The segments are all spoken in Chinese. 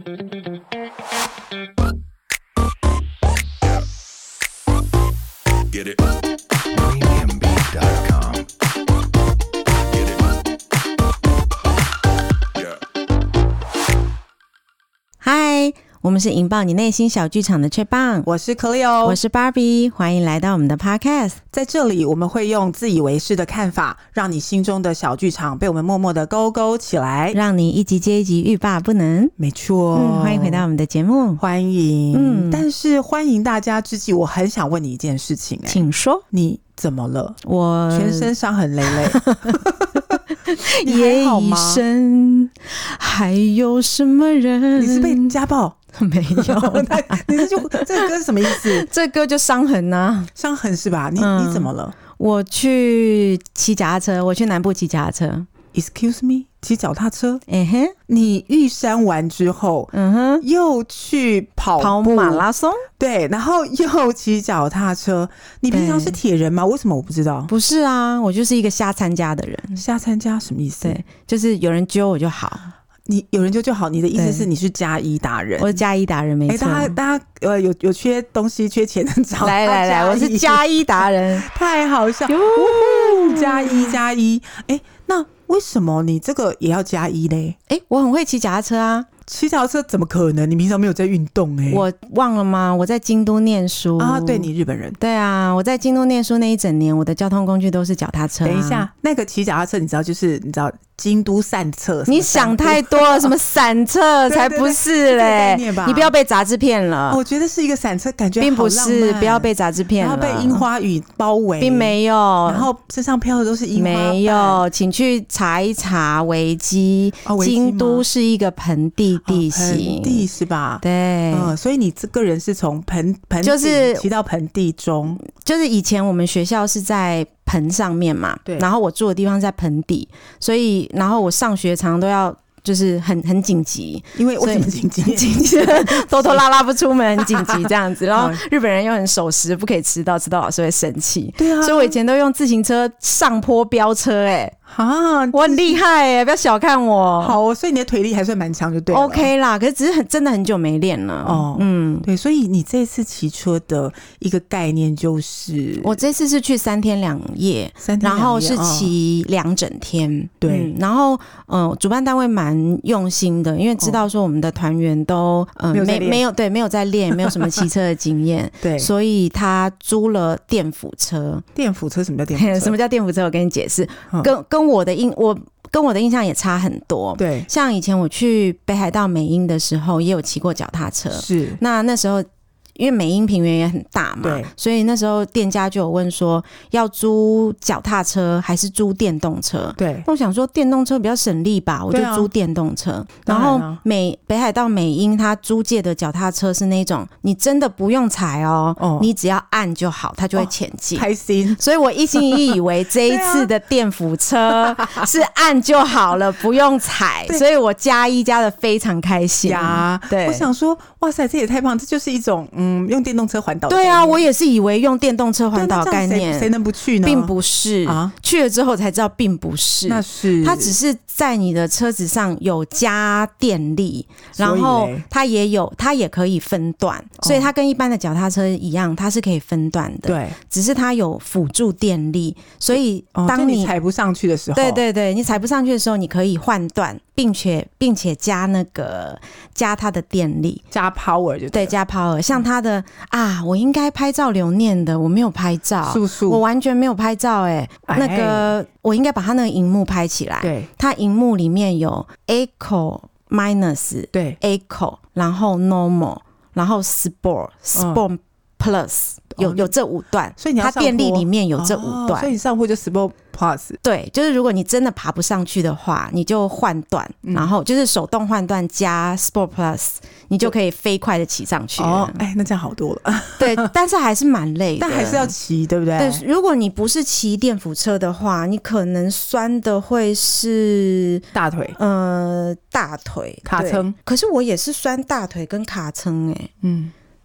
Get it. Premiumbeat.com. Get it. Yeah. 嗨，我们是引爆你内心小剧场的雀棒， 我是 Cleo， 我是 Barbie， 欢迎来到我们的 Podcast。 在这里我们会用自以为是的看法，让你心中的小剧场被我们默默的勾勾起来， 让你一集接一集欲罢不能。 没错， 欢迎回到我们的节目， 欢迎。但是欢迎大家之际，我很想问你一件事情， 请说， 你怎么了？ 我全身伤痕累累。 夜已深，还有什么人？ 你是被家暴？ 没有， 你这个歌是什么意思？ 这歌就伤痕啊， 伤痕是吧？你怎么了？ 我去骑脚踏车，我去南部骑脚踏车。 Excuse me， 骑脚踏车？你玉山完之后，又去跑马拉松？ 对，然后又骑脚踏车。你平常是铁人吗？为什么我不知道？ 不是啊，我就是一个瞎参加的人。 瞎参加什么意思？ 对，就是有人揪我就好。 你有人就好，你的意思是你是加一达人？ 我是加一达人，没错。 大家有缺东西、缺钱的找来，我是加一达人， 太好笑！加一，那为什么你这个也要加一嘞？ 我很会骑脚踏车啊。 骑脚踏车怎么可能？你平常没有在运动我忘了吗？我在京都念书啊，对，你日本人。 对啊，我在京都念书那一整年，我的交通工具都是脚踏车。 等一下，那个骑脚踏车，你知道京都散策？ 你想太多了，什么散策才不是嘞！你不要被杂志骗了。 我觉得是一个散策，感觉并不是，不要被杂志骗了。 然后被樱花雨包围， 并没有。 然后身上飘的都是樱花瓣。 没有，请去查一查维基。京都是一个盆地地形， 盆地是吧？ 对， 所以你这个人是从盆就是骑到盆地中， 就是以前我们学校是在盆上面嘛，对，然后我住的地方在盆底，所以然后我上学常常都要就是很紧急， 因为为什么紧急？ 拖拖拉拉不出门，很紧急这样子。然后日本人又很守时，不可以迟到老师会生气。对啊，所以我以前都用自行车上坡飙车，我很厉害不要小看我。 好，所以你的腿力还算蛮强，就对了。 OK 啦，可是只是真的很久没练了。 对，所以你这次骑车的一个概念就是， 我这次是去3天2夜，然后是骑2整天。 对， 然后主办单位蛮用心的，因为知道说我们的团员都没有在练，没有什么骑车的经验， 对， 所以他租了电辅车。 电辅车什么叫电辅车？ 什么叫电辅车？我跟你解释，跟我的印象也差很多。 对， 像以前我去北海道美瑛的时候，也有骑过脚踏车。 是， 那时候因为美瑛平原也很大嘛，对，所以那时候店家就有问说要租脚踏车I是租电动车。 对， 我想说电动车比较省力吧，我就租电动车。然后北海道美瑛它租借的脚踏车是那种你真的不用踩你只要按就好，它就会前进。 开心。 所以我一心一意以为这一次的电辅车是按就好了，不用踩，所以我加一加的非常开心。 对，我想说哇塞，这也太棒，这就是一种用电动车环岛。 对啊，我也是以为用电动车环岛概念， 谁能不去呢？ 并不是去了之后才知道并不是。 那是它只是在你的车子上有加电力，然后它也可以分段，所以它跟一般的脚踏车一样，它是可以分段的。对，只是它有辅助电力，所以当你踩不上去的时候， 对，你踩不上去的时候，你可以换段，并且加它的电力， 加 power 就对， 加 power。像它的我应该拍照留念的，我没有拍照，我完全没有拍照那个我应该把它那个荧幕拍起来。对，它荧幕里面有 Eco Minus， 对 Eco， 然后 Normal， 然后 Sport Plus， 有这5段， 所以你要它电力里面有这5段， 所以你上坡就 Sport Plus。 对，就是如果你真的爬不上去的话，你就换段，然后就是手动换段加 Sport Plus， 你就可以飞快的骑上去。 那这样好多了。 对，但是还是蛮累的， 但还是要骑，对不对？ 对，如果你不是骑电辅车的话，你可能酸的会是大腿， 大腿卡撑。 可是我也是酸大腿跟卡撑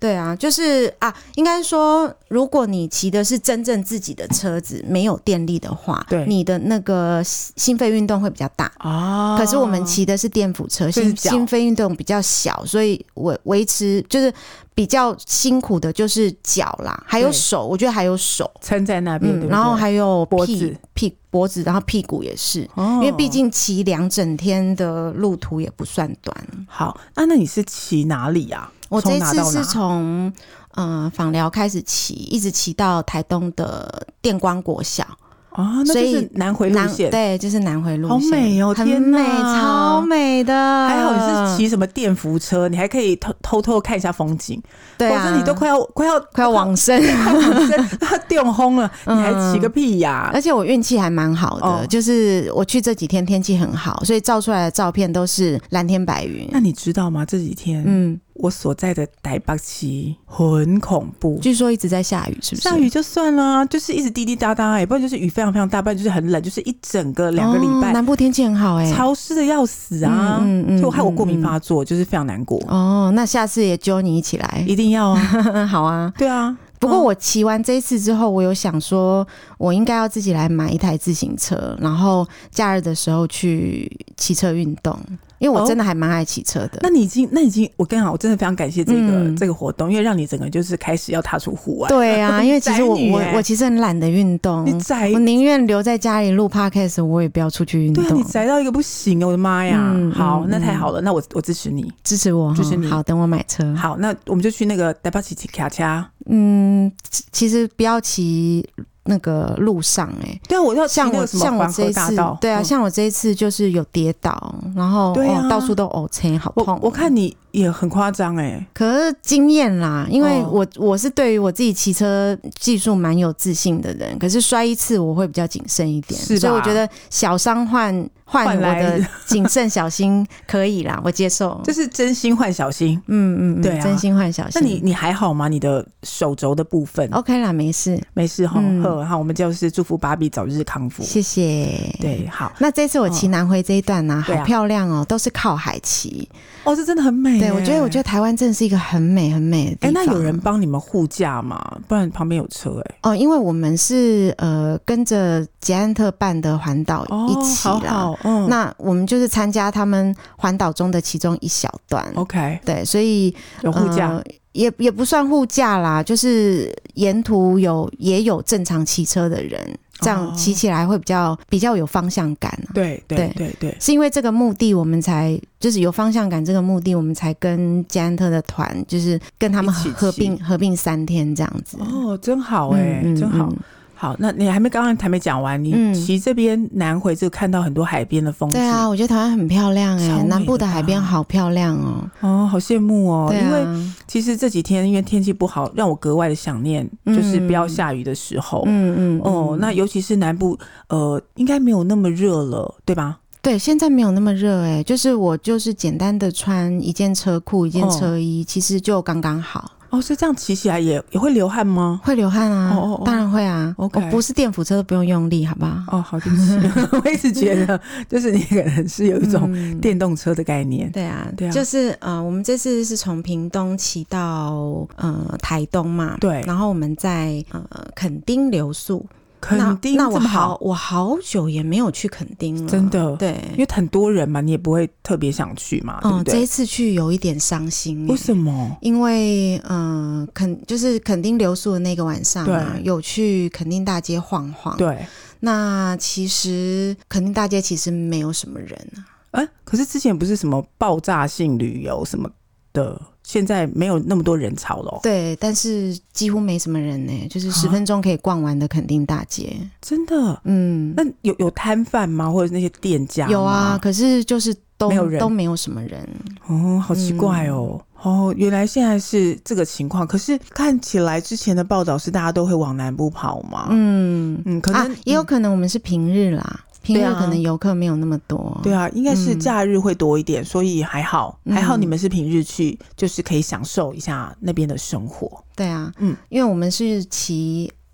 对啊，就是应该说如果你骑的是真正自己的车子没有电力的话， 对， 你的那个心肺运动会比较大可是我们骑的是电辅车，心肺运动比较小，所以我维持就是比较辛苦的就是脚啦，还有手，我觉得还有手撑在那边，对不对？ 然后还有脖子， 然后屁股也是，因为毕竟骑2整天的路途也不算短。 好，那你是骑哪里啊？ 我这次是从枋寮开始骑，一直骑到台东的电光国小。 那就是南回路线， 对，就是南回路线， 好美哦， 很美，超美的。 还好你是骑什么电扶车，你还可以偷偷看一下风景。 对啊， 否则你都快要往生， 电轰了，你还骑个屁呀！ 而且我运气还蛮好的，就是我去这几天天气很好，所以照出来的照片都是蓝天白云。 那你知道吗？这几天，我所在的台北市很恐怖， 据说一直在下雨，是不是？ 下雨就算了，就是一直滴滴答答，也不然就是雨非常非常大，不然就是很冷，就是一整个2个礼拜。 南部天气很好潮湿的要死啊！就害我过敏发作，就是非常难过。 那下次也揪你一起来， 一定要啊！ 好啊， 对啊。 不过我骑完这一次之后，我有想说，我应该要自己来买一台自行车，然后假日的时候去骑车运动。因为我真的还蛮爱骑车的。 那你已经，我跟你讲，我真的非常感谢这个活动，因为让你整个就是开始要踏出户外。 对啊，因为其实我其实很懒得运动，我宁愿留在家里录 podcast， 我也不要出去运动。 对啊，你宅到一个不行，我的妈呀！好，那太好了，那我支持你， 支持我，支持你。好，等我买车。 好，那我们就去那个台北骑卡车。 其实不要骑那个路上对啊， 我要像我这一次， 对啊，像我这一次就是有跌倒，然后到处都青，好痛。 我看你也很夸张可是经验啦，因为我是对于我自己骑车技术蛮有自信的人，可是摔一次我会比较谨慎一点，所以我觉得小伤换我的谨慎小心可以啦，我接受， 就是真心换小心。对啊， 真心换小心。 那你还好吗？你的手肘的部分 OK 啦，没事好，我们就是祝福芭比早日康复， 谢谢。 对，好。 那这次我骑南回这一段呢，好漂亮哦，都是靠海骑这真的很美。 对，我觉得台湾真的是一个很美很美的地方。 那有人帮你们护驾吗？不然旁边有车因为我们是跟着捷安特办的环岛一起啦。那我们就是参加他们环岛中的其中一小段。 OK， 对，所以有护驾。 也不算护驾啦，就是沿途也有正常骑车的人，这样骑起来会比较有方向感。 对， 是因为这个目的我们才就是有方向感，这个目的我们才跟捷安特的团就是跟他们合并3天这样子。 真好真好。好，那你刚刚还没讲完，你骑这边南回就看到很多海边的风景。 对啊，我觉得台湾很漂亮南部的海边好漂亮好羡慕对啊， 因为其实这几天因为天气不好，让我格外的想念就是不要下雨的时候。那尤其是南部应该没有那么热了，对吧？ 对，现在没有那么热就是我就是简单的穿一件车裤一件车衣，其实就刚刚好。 所以这样骑起来也会流汗吗？ 会流汗啊，当然会啊。 我不是电扶车都不用用力，好不好？ 好，对不起，我一直觉得就是你可能是有一种电动车的概念。 对啊，就是我们这次是从屏东骑到台东嘛， 对， 然后我们在垦丁留宿。 那我好久也没有去垦丁了， 真的。 对， 因为很多人嘛，你也不会特别想去嘛，对不对？ 这一次去有一点伤心。 为什么？ 因为就是垦丁留宿的那个晚上有去垦丁大街晃晃。 对， 那其实垦丁大街其实没有什么人可是之前不是什么爆炸性旅游什么的，现在没有那么多人潮了。 对，但是几乎没什么人就是10分钟可以逛完的垦丁大街。 真的？那有摊贩吗？或者那些店家吗？ 有啊，可是就是都没有什么人。 好奇怪原来现在是这个情况。可是看起来之前的报道是大家都会往南部跑嘛。可能也有可能我们是平日啦。平日可能游客没有那么多。 对啊，应该是假日会多一点，所以还好你们是平日去，就是可以享受一下那边的生活。 对啊，因为我们是骑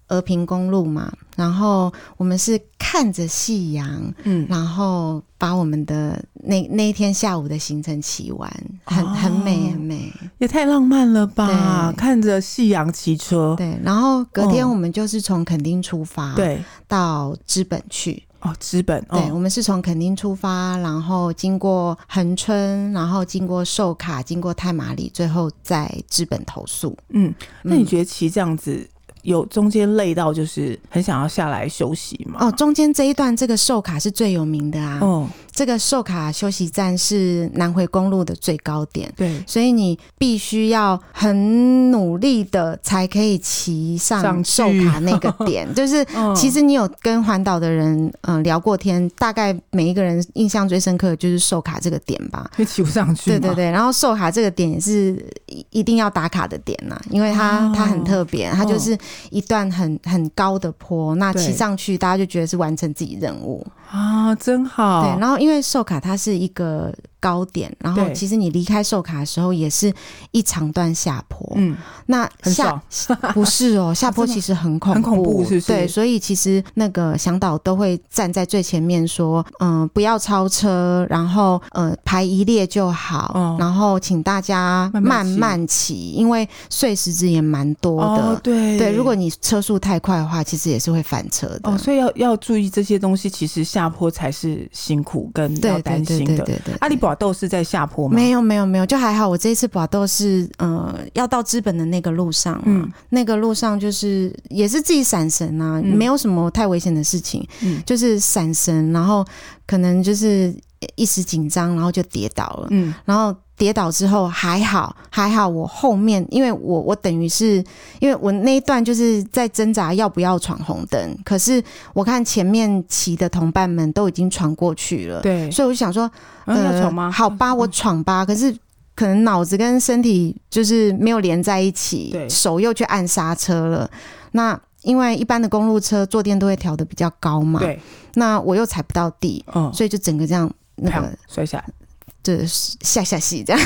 峨平公路嘛，然后我们是看着夕阳，然后把我们的那一天下午的行程骑完，很美很美， 也太浪漫了吧！看着夕阳骑车， 对，然后隔天我们就是从垦丁出发， 对， 到知本去。 知本， 对，我们是从垦丁出发，然后经过恒春，然后经过寿卡，经过太麻里，最后在知本投宿。 那你觉得骑这样子有中间累到就是很想要下来休息吗？ 中间这一段这个寿卡是最有名的啊。这个寿卡休息站是南回公路的最高点， 对， 所以你必须要很努力的才可以骑上寿卡那个点。就是其实你有跟环岛的人聊过天，大概每一个人印象最深刻的就是寿卡这个点吧， 因为骑不上去。 对对对，然后寿卡这个点也是一定要打卡的点啊，因为它很特别，它就是一段很高的坡，那骑上去大家就觉得是完成自己任务啊，真好。 对，然后因为寿卡它是一个高点，然后其实你离开寿卡的时候也是一长段下坡，那不是下坡其实很恐怖，是不是？对，所以其实那个向导都会站在最前面说，不要超车，然后排一列就好，然后请大家慢慢骑，因为碎石子也蛮多的，对，如果你车速太快的话，其实也是会翻车的。 所以要注意这些东西，其实下坡才是辛苦跟要担心的。对，你拔豆是在下坡吗？ 没有，就还好。我这一次拔豆是要到知本的那个路上，那个路上就是也是自己闪神啊，没有什么太危险的事情，就是闪神，然后可能就是一时紧张，然后就跌倒了，然后跌倒之后还好，我后面因为我等于是因为我那一段就是在挣扎要不要闯红灯，可是我看前面骑的同伴们都已经闯过去了， 对， 所以我就想说要闯吗？ 好吧，我闯吧，可是可能脑子跟身体就是没有连在一起，手又去按刹车了。那因为一般的公路车坐垫都会调得比较高嘛，对，那我又踩不到地，所以就整个这样那个摔下来。 对，下戏这样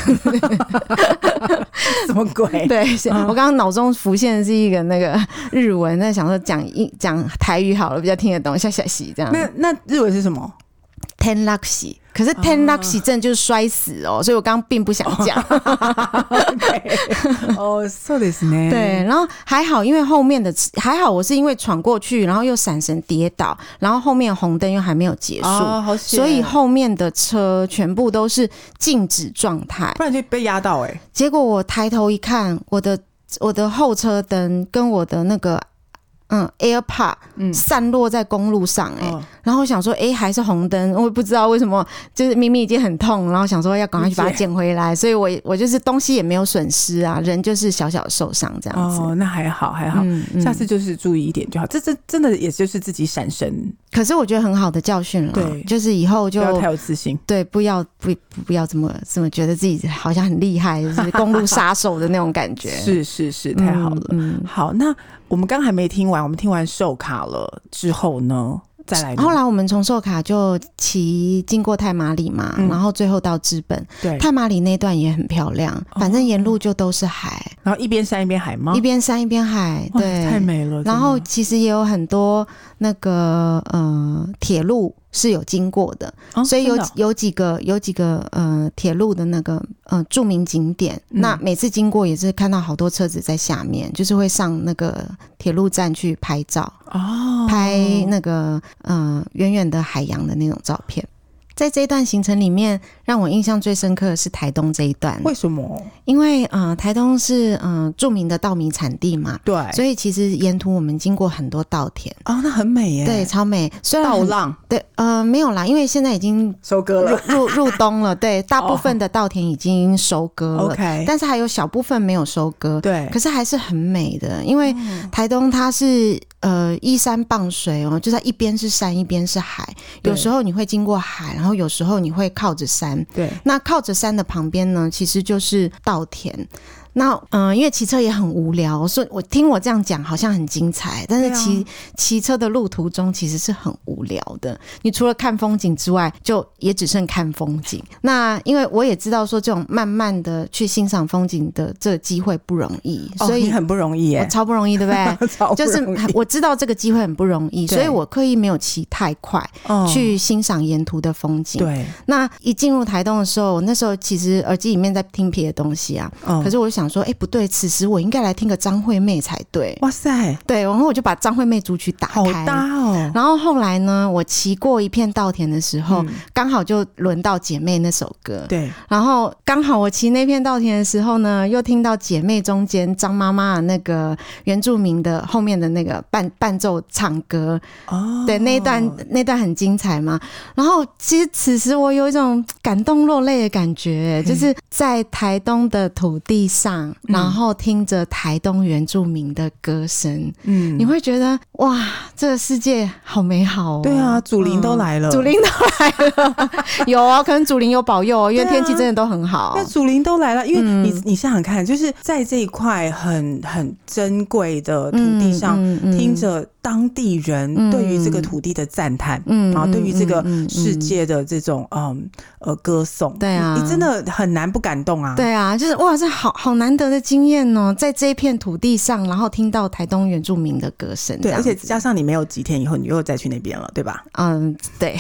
什么鬼？ 对，我刚刚脑中浮现的是一个那个日文，在想说讲台语好了，比较听得懂，下戏这样。 那日文是什么 ？tenlaxi， 可是 tenlaxi 真的就是摔死所以我刚刚并不想讲。 そうですね。 对，然后还好，因为后面的还好，我是因为闯过去，然后又闪神跌倒，然后后面红灯又还没有结束，所以后面的车全部都是静止状态， 不然就被压到结果我抬头一看，我的后车灯跟我的那个AirPod 散落在公路上然后想说还是红灯，我也不知道为什么，就是明明已经很痛，然后想说要赶快去把它捡回来，所以我就是东西也没有损失啊，人就是小小受伤这样子。 那还好，下次就是注意一点就好。这真的也就是自己闪身， 可是我觉得很好的教训了，对，就是以后就不要太有自信， 对，不要这么觉得自己好像很厉害，就是公路杀手的那种感觉。 是，太好了。好，那我们刚还没听完，我们听完寿卡了之后呢？再来后来我们从寿卡就经过太麻里嘛，然后最后到知本。对，太麻里那段也很漂亮，反正沿路就都是海， 然后一边山一边海吗？ 一边山一边海，对， 太美了。 然后其实也有很多那个铁路是有经过的，所以有几个铁路的那个著名景点，那每次经过也是看到好多车子在下面，就是会上那个铁路站去拍照拍那个远远的海洋的那种照片。在这一段行程里面，让我印象最深刻的是台东这一段。 为什么？因为台东是著名的稻米产地嘛， 对， 所以其实沿途我们经过很多稻田那很美耶， 对，超美。虽然稻浪， 对，没有啦，因为现在已经收割了， 入冬了，对，大部分的稻田已经收割了 ，OK， 但是还有小部分没有收割，对，可是还是很美的，因为台东它是依山傍水就在一边是山一边是海，有时候你会经过海，然后有时候你会靠着山，对，那靠着山的旁边呢其实就是稻田， 那因为骑车也很无聊，所以我听我这样讲好像很精彩，但是骑车的路途中其实是很无聊的。你除了看风景之外，就也只剩看风景。那因为我也知道说这种慢慢的去欣赏风景的这个机会不容易，所以你很不容易耶， 我超不容易，对不对？ 超不容易， 就是我知道这个机会很不容易，所以我刻意没有骑太快去欣赏沿途的风景。 对， 那一进入台东的时候，我那时候其实耳机里面在听别的东西啊，可是我就想说，不对，此时我应该来听个张惠妹才对。 哇塞， 对，然后我就把张惠妹组曲打开， 好搭哦。 然后后来呢，我骑过一片稻田的时候，刚好就轮到姐妹那首歌。 对， 然后刚好我骑那片稻田的时候呢，又听到姐妹中间张妈妈的那个原住民的后面的那个伴奏唱歌。对，那段很精彩嘛。然后其实此时我有一种感动落泪的感觉，就是在台东的土地上，然后听着台东原住民的歌声，你会觉得哇，这个世界好美好哦。 对啊，祖灵都来了， 祖灵都来了，有啊，可能祖灵有保佑哦，因为天气真的都很好。 那祖灵都来了，因为你想想看，就是在这一块很珍贵的土地上，听着当地人对于这个土地的赞叹，然后对于这个世界的这种歌颂， 对啊， 你真的很难不感动啊。 对啊，就是哇，这好难得的经验哦，在这一片土地上，然后听到台东原住民的歌声， 对，而且加上你没有几天以后，你又再去那边了，对吧？ 对，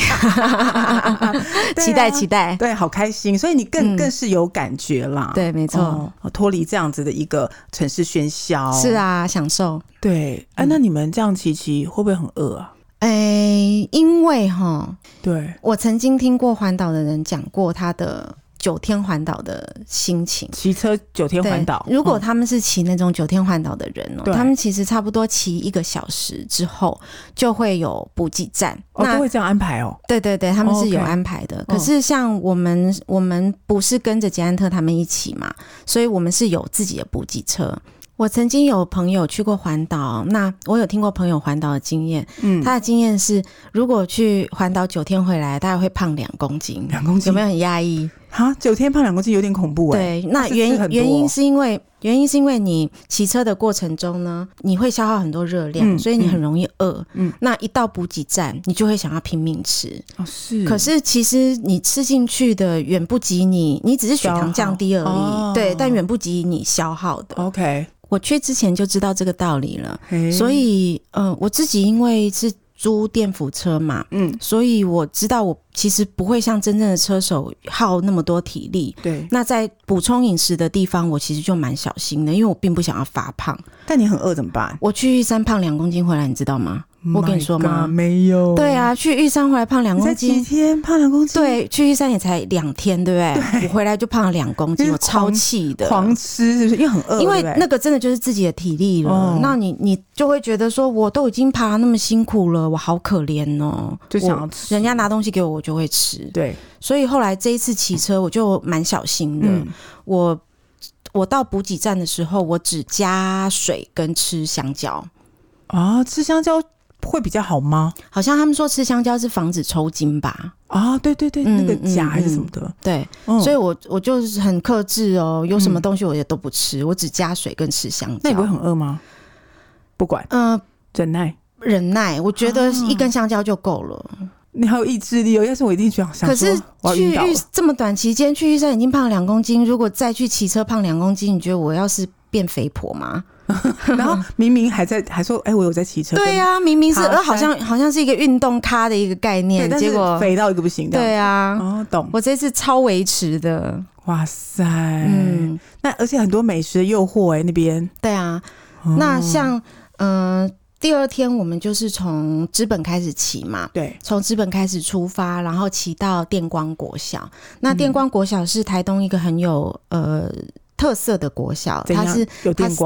期待， 对，好开心，所以你更是有感觉啦。 对，没错， 脱离这样子的一个城市喧嚣， 是啊，享受。 对，那你们这样骑会不会很饿啊？ 因为对， 我曾经听过环岛的人讲过他的9天环岛的心情， 骑车9天环岛。 如果他们是骑那种9天环岛的人他们其实差不多骑1个小时之后就会有补给站， 都会这样安排哦。 对对对，他们是有安排的。可是像我们不是跟着捷安特他们一起嘛，所以我们是有自己的补给车。我曾经有朋友去过环岛，那我有听过朋友环岛的经验，他的经验是如果去环岛9天回来大概会胖2公斤。 2公斤有没有很压抑 ？9天胖2公斤有点恐怖对，那原因是因为你骑车的过程中呢，你会消耗很多热量，所以你很容易饿。那一到补给站，你就会想要拼命吃。 是。 可是其实你吃进去的远不及你只是血糖降低而已，对，但远不及你消耗的。 OK。 我去之前就知道这个道理了，所以我自己因为是租电辅车嘛，所以我知道我其实不会像真正的车手耗那么多体力。 对， 那在补充饮食的地方，我其实就蛮小心的，因为我并不想要发胖。 但你很饿怎么办？我去玉山胖2公斤回来，你知道吗？我跟你说吗？ 没有。 对啊，去玉山回来胖2公斤， 才几天胖2公斤？ 对，去玉山也才2天，对不对？我回来就胖了2公斤，我超气的， 狂吃是不是？因为很饿， 因为那个真的就是自己的体力了。那你就会觉得说，我都已经爬那么辛苦了，我好可怜哦， 就想要吃。 人家拿东西给我，我就会吃。 对， 所以后来这一次骑车，我就蛮小心的。我到补给站的时候，我只加水跟吃香蕉。 吃香蕉会比较好吗？ 好像他们说吃香蕉是防止抽筋吧？ 对对对，那个钾还是什么的。 对，所以我就是很克制哦，有什么东西我也都不吃，我只加水跟吃香蕉。 那你不会很饿吗？不管，忍耐， 我觉得1根香蕉就够了。 你好有意志力哦！要是我一定想说， 可是去这么短期间去玉山已经胖了2公斤，如果再去骑车胖2公斤，你觉得我要是变肥婆吗？ 然后明明还说我有在骑车。 对啊，明明是好像是一个运动咖的一个概念，结果肥到一个不行。 对啊， 懂。 我这次超维持的。 哇塞，那而且很多美食的诱惑那边。 对啊，那像第2天我们就是从知本开始骑嘛， 对， 从知本开始出发，然后骑到电光国小。那电光国小是台东一个很有特色的国小，它是有电光。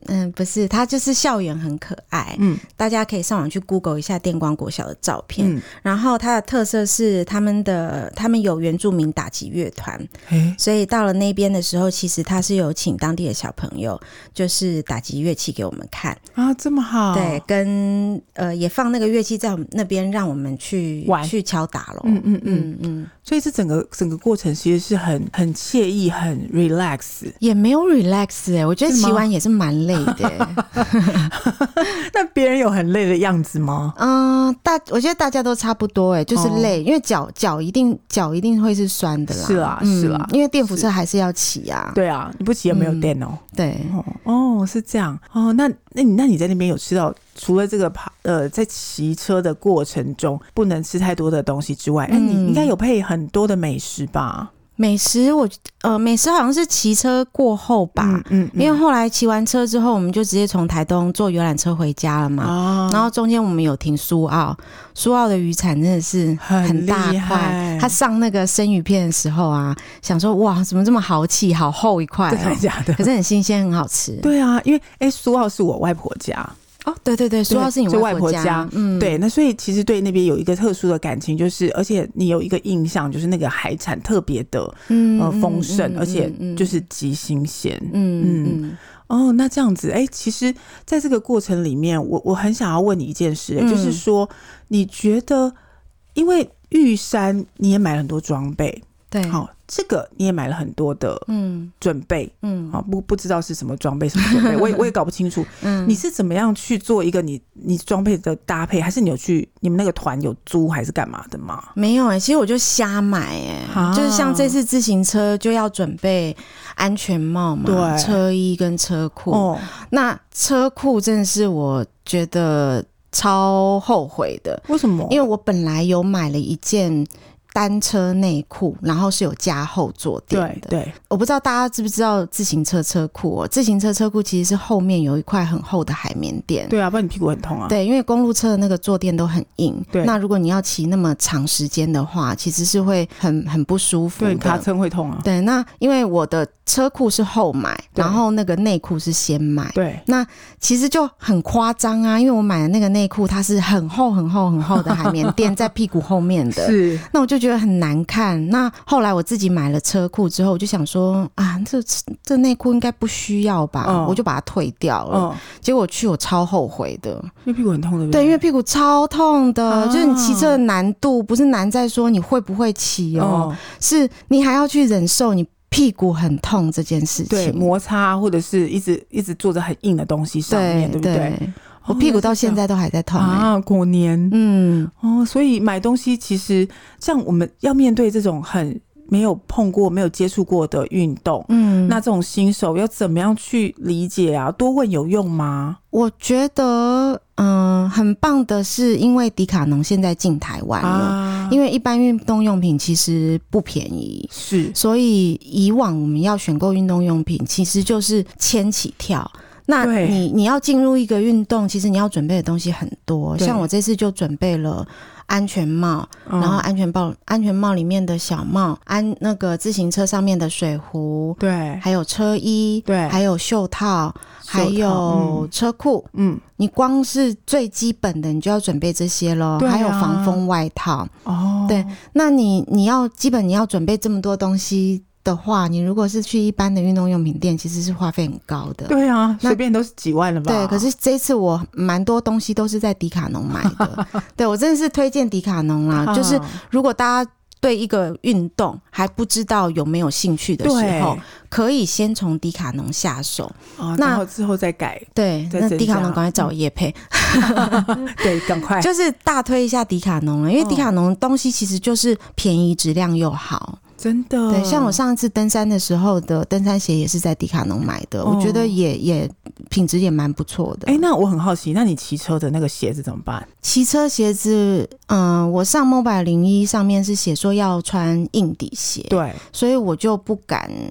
不是，它就是校园很可爱。大家可以上网去 Google 一下电光国小的照片。然后它的特色是他们有原住民打击乐团，所以到了那边的时候，其实他是有请当地的小朋友，就是打击乐器给我们看啊，这么好。 对，跟也放那个乐器在我们那边，让我们去敲打咯。 所以这整个过程其实是很惬意，很 relax。 也没有 relax 我觉得骑完也是蛮累的。 那别人有很累的样子吗？ 我觉得大家都差不多就是累，因为脚一定会是酸的啦。 是啦，是啦， 因为电扶车还是要骑啊。 对啊，你不骑也没有电哦。 对， 是这样哦。那你在那边有吃到除了这个在骑车的过程中不能吃太多的东西之外，你应该有配很多的美食吧？美食好像是骑车过后吧，因为后来骑完车之后，我们就直接从台东坐游览车回家了嘛。然后中间我们有停苏澳的渔产真的是很大块，他上那个生鱼片的时候啊，想说哇，怎么这么豪气，好厚一块真的假的？ 可是很新鲜，很好吃。 对啊，因为苏澳是我外婆家。 对，苏澳是你外婆家。 对，那所以其实对那边有一个特殊的感情，就是而且你有一个印象，就是那个海产特别的丰盛，而且就是极新鲜。那这样子，其实在这个过程里面，我很想要问你一件事，就是说你觉得，因为玉山你也买了很多装备， 对， 好，这个你也买了很多的准备，不知道是什么装备什么准备，我也搞不清楚。你是怎么样去做一个你装备的搭配，还是你们那个团有租还是干嘛的吗？ 没有其实我就瞎买就是像这次自行车就要准备安全帽嘛，对，车衣跟车裤。那车裤真的是我觉得超后悔的。 为什么？因为我本来有买了一件单车内裤，然后是有加厚坐垫的。对，我不知道大家知不知道自行车车裤自行车车裤其实是后面有一块很厚的海绵垫。 对啊，不然你屁股很痛啊。 对，因为公路车的那个坐垫都很硬。对，那如果你要骑那么长时间的话，其实是会很不舒服的。 对，卡撑会痛啊。 对，那因为我的车裤是后买，然后那个内裤是先买。对，那其实就很夸张啊，因为我买的那个内裤它是很厚很厚很厚的海绵垫在屁股后面的。是，那我就觉得很难看。那后来我自己买了车裤之后，我就想说啊，这内裤应该不需要吧，我就把它退掉了。结果我超后悔的， 因为屁股很痛，对不对？ 对，因为屁股超痛的，就是你骑车的难度不是难在说你会不会骑是你还要去忍受你屁股很痛这件事情。 对，摩擦或者是一直坐着很硬的东西上面， 对不对？ 我屁股到现在都还在痛过年。所以买东西其实像我们要面对这种很没有碰过没有接触过的运动，那这种新手要怎么样去理解啊？多问有用吗？ 我觉得很棒的是因为迪卡侬现在进台湾了，因为一般运动用品其实不便宜，是，所以以往我们要选购运动用品其实就是千起跳。那你要进入一个运动，其实你要准备的东西很多，像我这次就准备了安全帽，然后安全帽里面的小帽，那个自行车上面的水壶，对，还有车衣，对，还有袖套，还有车裤。你光是最基本的你就要准备这些咯，还有防风外套。对，那你要基本你要准备这么多东西的话，你如果是去一般的运动用品店，其实是花费很高的。 对啊，随便都是几万了吧。 对，可是这一次我蛮多东西都是在迪卡侬买的。对，我真的是推荐迪卡侬啦，就是如果大家对一个运动还不知道有没有兴趣的时候，可以先从迪卡侬下手， 然后之后再改。 对，那迪卡侬赶快找我业配。 对，赶快就是大推一下迪卡侬了，因为迪卡侬东西其实就是便宜质量又好。 真的， 对，像我上次登山的时候的登山鞋也是在迪卡侬买的，我觉得也品质也蛮不错的。 那我很好奇，那你骑车的那个鞋子怎么办？ 骑车鞋子，我上 Mobile 01上面是写说要穿硬底鞋，对，所以我就不敢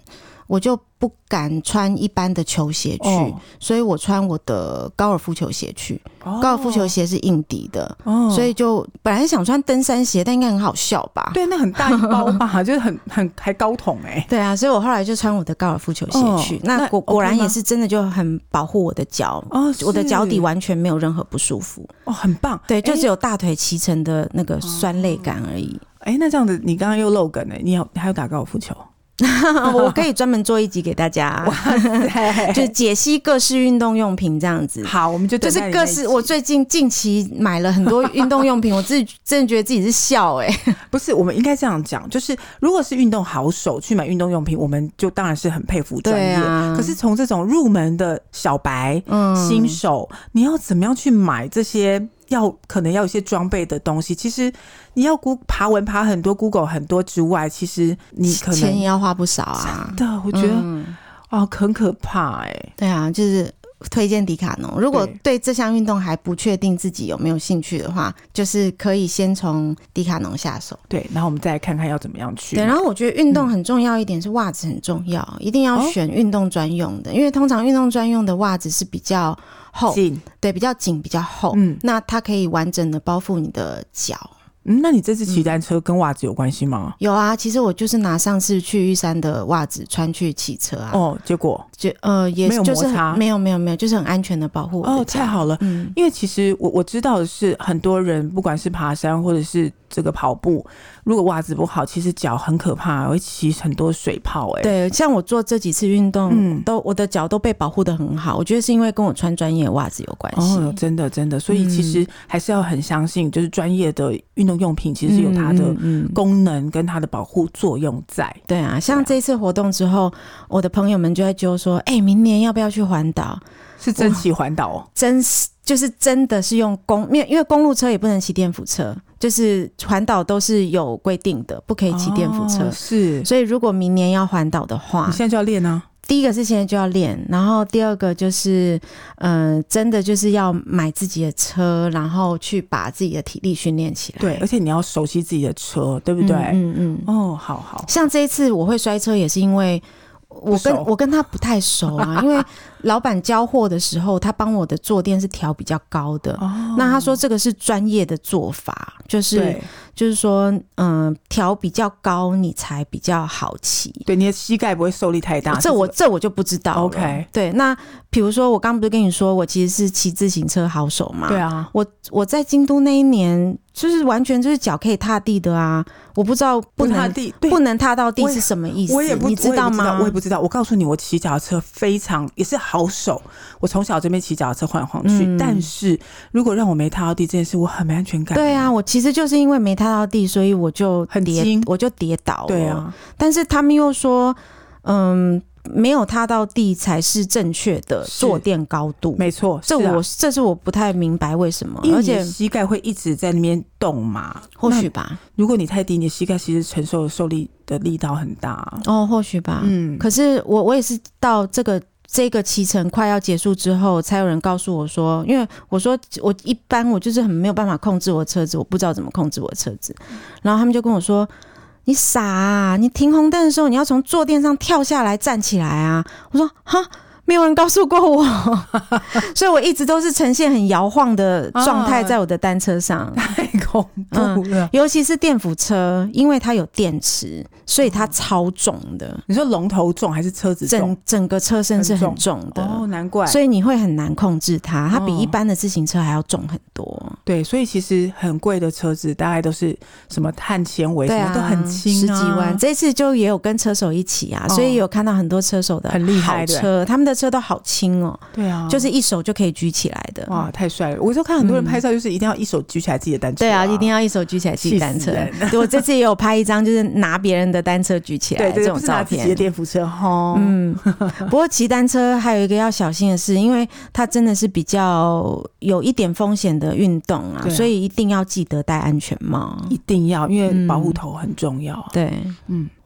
我就不敢穿一般的球鞋去，所以我穿我的高尔夫球鞋去。高尔夫球鞋是硬底的，所以就本来想穿登山鞋，但应该很好笑吧？ 对，那很大一包吧，就是还高筒对啊，所以我后来就穿我的高尔夫球鞋去。那果然也是真的就很保护我的脚，我的脚底完全没有任何不舒服。 很棒。 对，就只有大腿骑乘的那个酸累感而已。 那这样子，你刚刚又漏梗你还有打高尔夫球？ 我可以专门做一集给大家，就解析各式运动用品这样子。 好，我们就是各式。我最近近期买了很多运动用品，我自己真的觉得自己是笑不是，我们应该这样讲，就是如果是运动好手去买运动用品，我们就当然是很佩服专业。可是从这种入门的小白、新手，你要怎么样去买这些？可能要有一些装备的东西，其实你要爬文爬很多 Google 很多之外，其实你可能钱也要花不少啊。 真的，我觉得很可怕对啊，就是推荐迪卡侬。如果对这项运动还不确定自己有没有兴趣的话，就是可以先从迪卡侬下手。 对，然后我们再来看看要怎么样去。 对，然后我觉得运动很重要一点是袜子很重要，一定要选运动专用的，因为通常运动专用的袜子是比较厚，对，比较紧比较厚，那它可以完整的包覆你的脚。 那你这次骑单车跟袜子有关系吗？ 有啊，其实我就是拿上次去玉山的袜子穿去骑车啊。 结果也没有摩擦， 没有，就是很安全的保护我的脚。 太好了。因为其实我知道的是，很多人不管是爬山或者是这个跑步，如果袜子不好，其实脚很可怕，会起很多水泡。 对，像我做这几次运动，我的脚都被保护得很好。我觉得是因为跟我穿专业袜子有关系。 真的，所以其实还是要很相信，就是专业的运动用品其实有它的功能跟它的保护作用在。 对啊，像这次活动之后，我的朋友们就在揪说，明年要不要去环岛？ 是真骑环岛就是真的是用因为公路车也不能骑电辅车，就是环岛都是有规定的，不可以骑电辅车。 是， 所以如果明年要环岛的话， 你现在就要练啊。 第一个是现在就要练，然后第二个就是真的就是要买自己的车，然后去把自己的体力训练起来。 对，而且你要熟悉自己的车，对不对？好。像这一次我会摔车也是因为我跟他不太熟啊，因为老板交货的时候，他帮我的坐垫是调比较高的。那他说这个是专业的做法，就是说调比较高你才比较好骑。 对，你的膝盖不会受力太大。 这我就不知道了。 OK， 对，那比如说我刚不是跟你说我其实是骑自行车好手嘛？ 对啊， 我在京都那一年就是完全就是脚可以踏地的啊，我不知道不能踏到地是什么意思。你知道吗？ 我也不知道。我告诉你，我骑脚踏车非常也是好手，我从小这边骑脚踏车晃来晃去，但是如果让我没踏到地这件事，我很没安全感。 对啊，我其实就是因为没踏到地，所以我就跌倒了。 对啊， 但是他们又说没有踏到地才是正确的坐垫高度。 没错， 这是我不太明白为什么， 而且膝盖会一直在那边动嘛， 或许吧。 如果你太低，你的膝盖其实承受的受力的力道很大。 或许吧。可是我也是到这个骑程快要结束之后，才有人告诉我说，因为我说我一般我就是很没有办法控制我的车子，我不知道怎么控制我的车子，然后他们就跟我说，你傻啊，你停红灯的时候你要从坐垫上跳下来站起来啊。我说哈，没有人告诉过我所以我一直都是呈现很摇晃的状态在我的单车上。 太恐怖了。 尤其是电辅车，因为它有电池，所以它超重的。 你说龙头重还是车子重？ 整个车身是很重的。 难怪。 所以你会很难控制它，它比一般的自行车还要重很多。 对，所以其实很贵的车子大概都是什么碳纤维，什么都很轻 10几万。这次就也有跟车手一起啊，所以有看到很多车手的很厉害的车，他们的车都好轻哦。 对啊， 就是一手就可以举起来的。 哇，太帅了！我就看很多人拍照，就是一定要一手举起来自己的单车。 对啊，一定要一手举起来自己单车。我这次也有拍一张，就是拿别人的单车举起来这种照片。不是拿自己的电辅车不过骑单车还有一个要小心的是，因为它真的是比较有一点风险的运动啊，所以一定要记得戴安全帽。 一定要，因为保护头很重要。 对，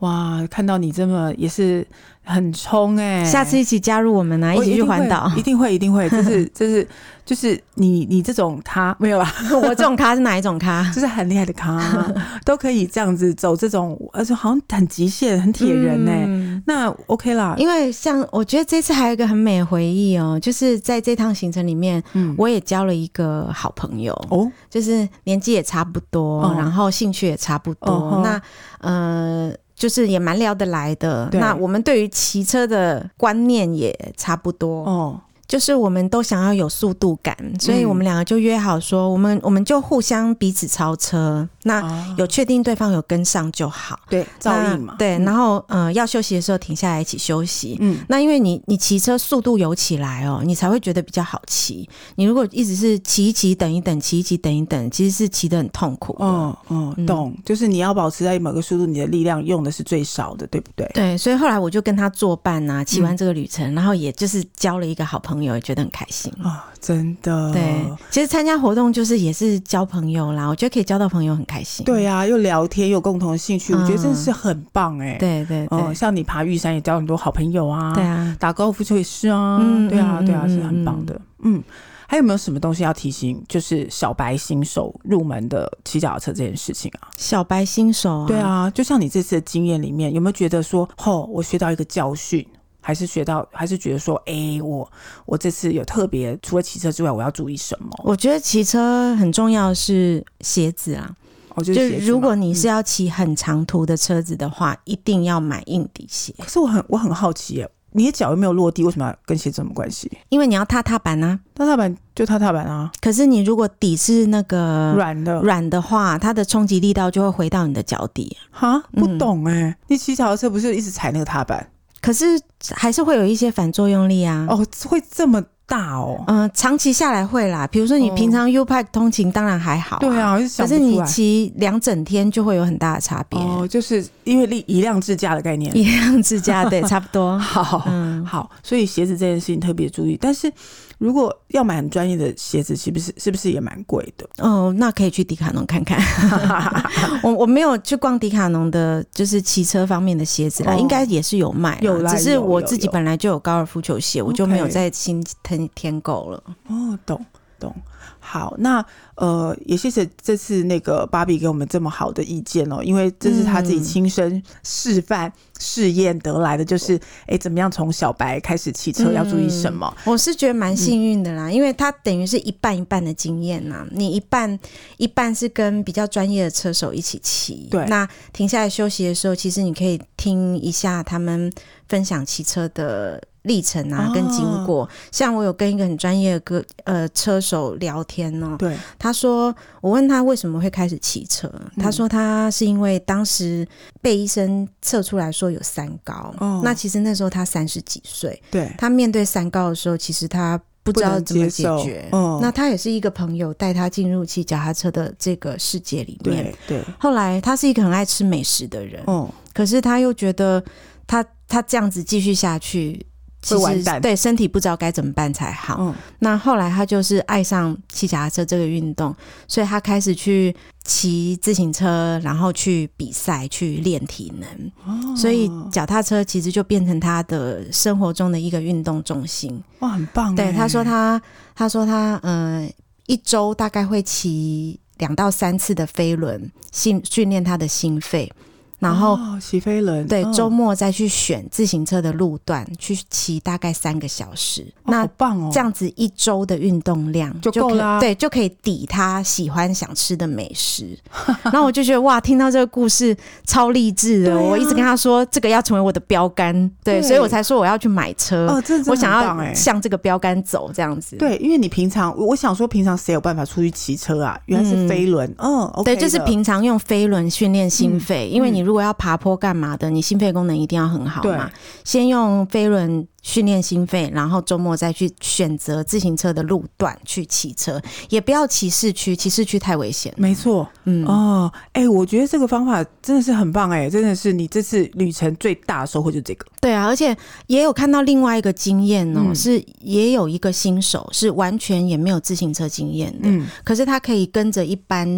哇，看到你这么也是很冲下次一起加入我们啊，一起去环岛， 一定会，就是你这种咖没有啦， 我这种咖是哪一种咖？ 就是很厉害的咖都可以这样子走这种，而且好像很极限、很铁人那 OK 啦。 因为像我觉得这次还有一个很美的回忆就是在这趟行程里面，我也交了一个好朋友就是年纪也差不多，然后兴趣也差不多，那就是也蛮聊得来的。那我们对于骑车的观念也差不多就是我们都想要有速度感，所以我们两个就约好说我们就互相彼此超车，那有确定对方有跟上就好， 对，照应嘛， 对，然后要休息的时候停下来一起休息。那因为你骑车速度有起来你才会觉得比较好骑，你如果一直是骑一骑等一等，骑一骑等一等，其实是骑得很痛苦的。 懂，就是你要保持在某个速度，你的力量用的是最少的，对不对？ 对，所以后来我就跟他作伴啊，骑完这个旅程，然后也就是交了一个好朋友，也觉得很开心真的。 对，其实参加活动就是也是交朋友啦，我觉得可以交到朋友很开心。 对啊，又聊天又有共同的兴趣，我觉得真的是很棒对对对， 像你爬玉山也交很多好朋友啊， 对啊， 打高尔夫球也是啊，对啊，是很棒的。还有没有什么东西要提醒？就是小白新手入门的骑脚踏车这件事情啊？ 小白新手对啊，就像你这次的经验里面，有没有觉得说，我学到一个教训？还是觉得说，我这次有特别，除了骑车之外，我要注意什么？ 我觉得骑车很重要的是鞋子啊。 就是如果你是要骑很长途的车子的话，一定要买硬底鞋。 可是我很好奇耶，你的脚又没有落地，为什么要跟鞋子有什么关系？ 因为你要踏板啊， 踏板就踏板啊。 可是你如果底是那个软的话，它的冲击力道就会回到你的脚底。 不懂你骑脚踏车不是一直踩那个踏板？ 可是还是会有一些反作用力啊。 会这么大长期下来会啦。比如说你平常 U-Pack 通勤当然还好对啊， 可是你骑2整天就会有很大的差别就是因为以量制价的概念， 以量制价对，差不多。 好，所以鞋子这件事情特别注意。但是如果要买很专业的鞋子，是不是也蛮贵的？ 那可以去迪卡侬看看。我没有去逛迪卡侬的，就是骑车方面的鞋子啦，应该也是有卖，只是我自己本来就有高尔夫球鞋，我就没有再新添购了。 懂。好，那也谢谢这次那个芭比给我们这么好的意见因为这是他自己亲身示范试验得来的，就是怎么样从小白开始骑车要注意什么。 我是觉得蛮幸运的啦，因为他等于是一半一半的经验啦，你一半是跟比较专业的车手一起骑，对，那停下来休息的时候，其实你可以听一下他们分享骑车的历程啊跟经过。像我有跟一个很专业的车手聊天对，他说我问他为什么会开始骑车，他说他是因为当时被医生测出来说有三高那其实那时候他30几岁，对，他面对三高的时候，其实他不知道怎么解决那他也是一个朋友带他进入骑脚踏车的这个世界里面，对，后来他是一个很爱吃美食的人可是他又觉得他这样子继续下去其实对身体不知道该怎么办才好那后来他就是爱上骑脚踏车这个运动，所以他开始去骑自行车，然后去比赛去练体能所以脚踏车其实就变成他的生活中的一个运动重心。 哇，很棒对，他说他一周大概会骑2到3次的飞轮训练他的心肺，然后骑飞轮， 对，周末再去选自行车的路段去骑大概3个小时那好棒这样子1周的运动量就够啦对，就可以抵他喜欢想吃的美食然后我就觉得哇，听到这个故事超励志的我一直跟他说这个要成为我的标杆对，所以我才说我要去买车我想要向这个标杆走这样子对，因为你平常我想说平常谁有办法出去骑车啊，原来是飞轮OK 对，就是平常用飞轮训练心肺因为你如果要爬坡干嘛的，你心肺功能一定要很好嘛。先用飞轮训练心肺，然后周末再去选择自行车的路段去骑车，也不要骑市区，骑市区太危险。 没错，我觉得这个方法真的是很棒真的是你这次旅程最大的收获就是这个。 对啊，而且也有看到另外一个经验是也有一个新手是完全也没有自行车经验的可是他可以跟着一般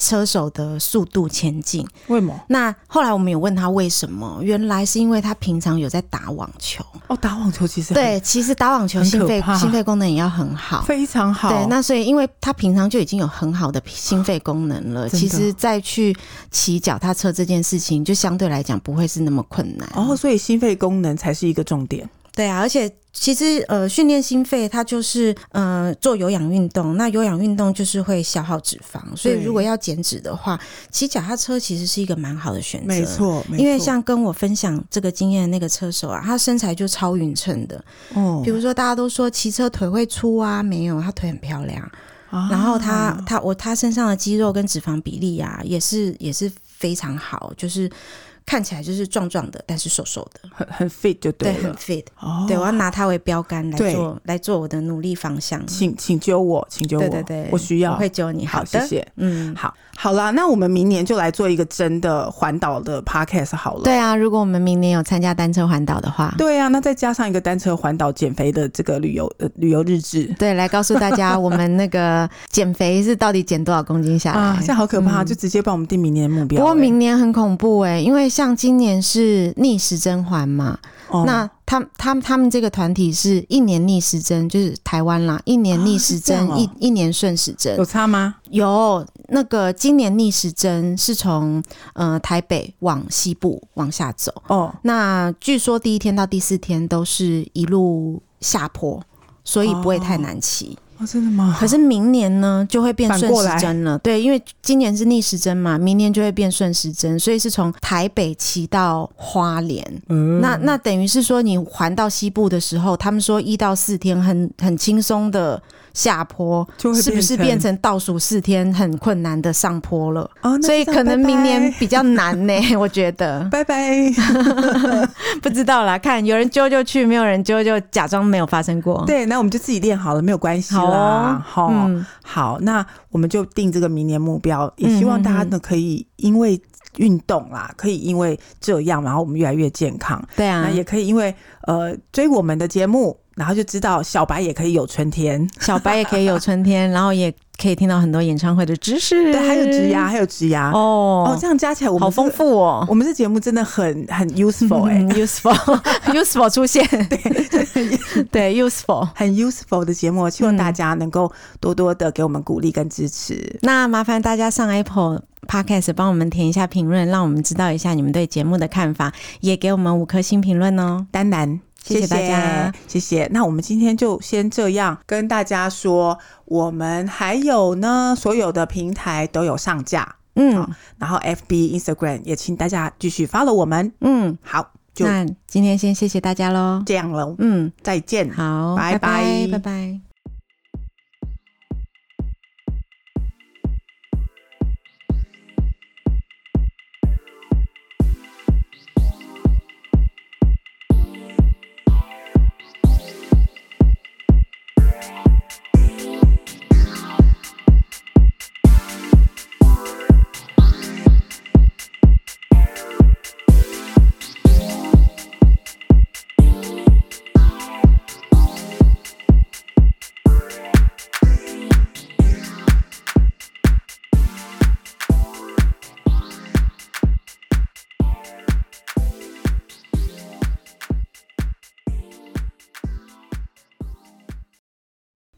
车手的速度前进。 为什么？ 那后来我们有问他为什么，原来是因为他平常有在打网球。 打网球其实对，其实打网球心肺功能也要很好， 非常好。 对，那所以因为他平常就已经有很好的心肺功能了，其实再去骑脚踏车这件事情就相对来讲不会是那么困难。 所以心肺功能才是一个重点。 对啊，而且其实训练心肺它就是做有氧运动，那有氧运动就是会消耗脂肪，所以如果要减脂的话，骑脚踏车其实是一个蛮好的选择。 没错， 因为像跟我分享这个经验的那个车手啊，他身材就超匀称的。比如说大家都说骑车腿会粗啊，没有，他腿很漂亮。然后他身上的肌肉跟脂肪比例啊，也是非常好，就是看起来就是壮壮的，但是瘦瘦的， 很 fit 就对了。 对，很 fit。对，我要拿它为标杆来做我的努力方向。 请揪我， 对， 我需要， 我会揪你。 好，谢谢。好啦，那我们明年就来做一个真的环岛的 podcast 好了。 对啊，如果我们明年有参加单车环岛的话， 对啊，那再加上一个单车环岛减肥的这个旅游日志， 对，来告诉大家我们那个减肥是到底减多少公斤下来。 现在好可怕，就直接帮我们定明年的目标。 不过明年很恐怖因为像今年是逆时针环嘛，那他们这个团体是一年逆时针，就是台湾啦，一年逆时针，一年顺时针， 有差吗？ 有，那个今年逆时针是从台北往西部往下走。那据说第1天到第4天都是一路下坡，所以不会太难骑。 真的吗？可是明年呢就会变顺时针了。对，因为今年是逆时针嘛，明年就会变顺时针，所以是从台北骑到花莲。那等于是说你环到西部的时候，他们说1到4天很轻松的下坡，是不是变成倒数4天很困难的上坡了？所以可能明年比较难呢我觉得。 拜拜。 不知道啦，看有人揪就去，没有人揪就假装没有发生过。 对，那我们就自己练好了，没有关系啦。好，那我们就定这个明年目标，也希望大家呢可以因为运动啦，可以因为这样，然后我们越来越健康。 对啊， 那也可以因为追我们的节目，然后就知道小白也可以有春天， 然后也可以听到很多演唱会的知识。 对，还有职涯这样加起来我们好丰富哦。 我们这节目真的很useful useful 出现。对useful 很 useful 的节目，希望大家能够多多的给我们鼓励跟支持。 那麻烦大家上 Apple Podcast 帮我们填一下评论，让我们知道一下你们对节目的看法，也给我们5颗星评论哦。 当然，谢谢大家，谢谢。那我们今天就先这样跟大家说，我们还有呢，所有的平台都有上架，然后 FB、Instagram 也请大家继续 follow 我们。好， 那今天先谢谢大家咯， 这样了，再见， 好， 拜拜， 拜拜。